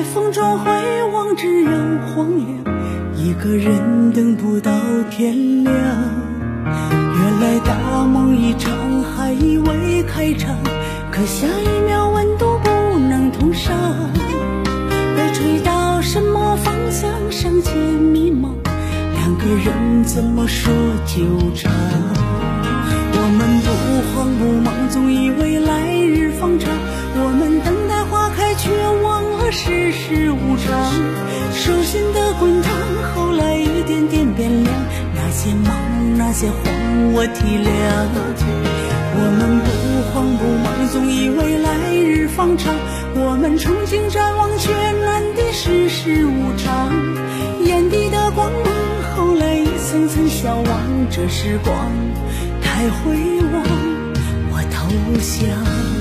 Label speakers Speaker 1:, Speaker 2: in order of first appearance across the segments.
Speaker 1: 风中回望，只有荒凉，一个人等不到天亮。原来大梦一场，还以为开场，可下一秒温度不能同上。被吹到什么方向，尚且迷茫，两个人怎么说纠缠？我们不慌不忙，总以为来日方长，我们等待花开，却忘了世事无常。手心的滚烫，后来一点点变凉，那些忙那些慌我体谅。我们不慌不忙，总以为来日方长，我们憧憬展望，却难敌世事无常。眼底的光芒，后来一层层消亡，这时光太辉煌，我投降。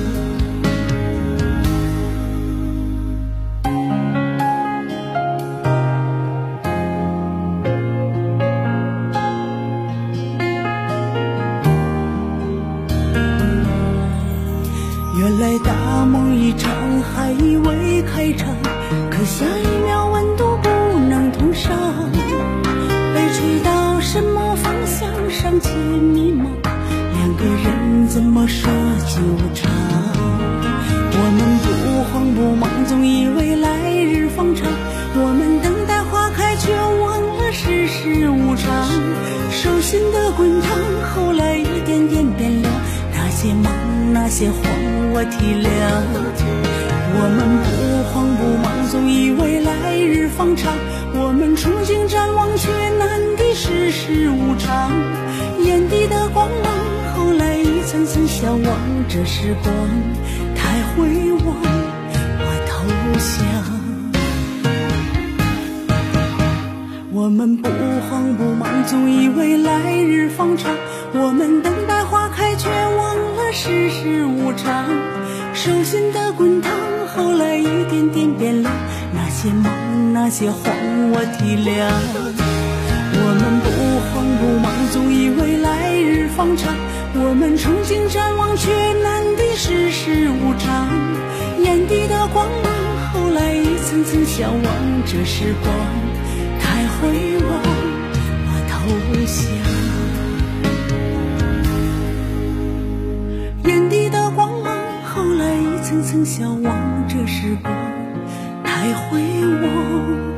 Speaker 1: 原来大梦一场，还以为开场，可下一秒温度不能同上。被吹到什么方向，尚且迷茫，两个人怎么说纠缠？我们不慌不忙，总以为来日方长，我们等待花开，却忘了世事无常。手心的滚烫，后来一点点变凉，那些忙那些慌我体谅。我们不慌不忙，总以为来日方长，我们憧憬展望，却难敌世事无常。眼底的光芒，后来一层层消亡，这时光太辉煌，我投降。我们不慌不忙，总以为来日方长，我们等待花开，却忘了世事无常。手心的滚烫，后来一点点变凉，那些忙那些慌我体谅。我们不慌不忙，总以为来日方长，我们憧憬展望，却难敌世事无常。眼底的光芒，后来一层层消亡，这时光太辉煌，我投降。眼底的光芒，后来一层层消亡，这时光太辉煌。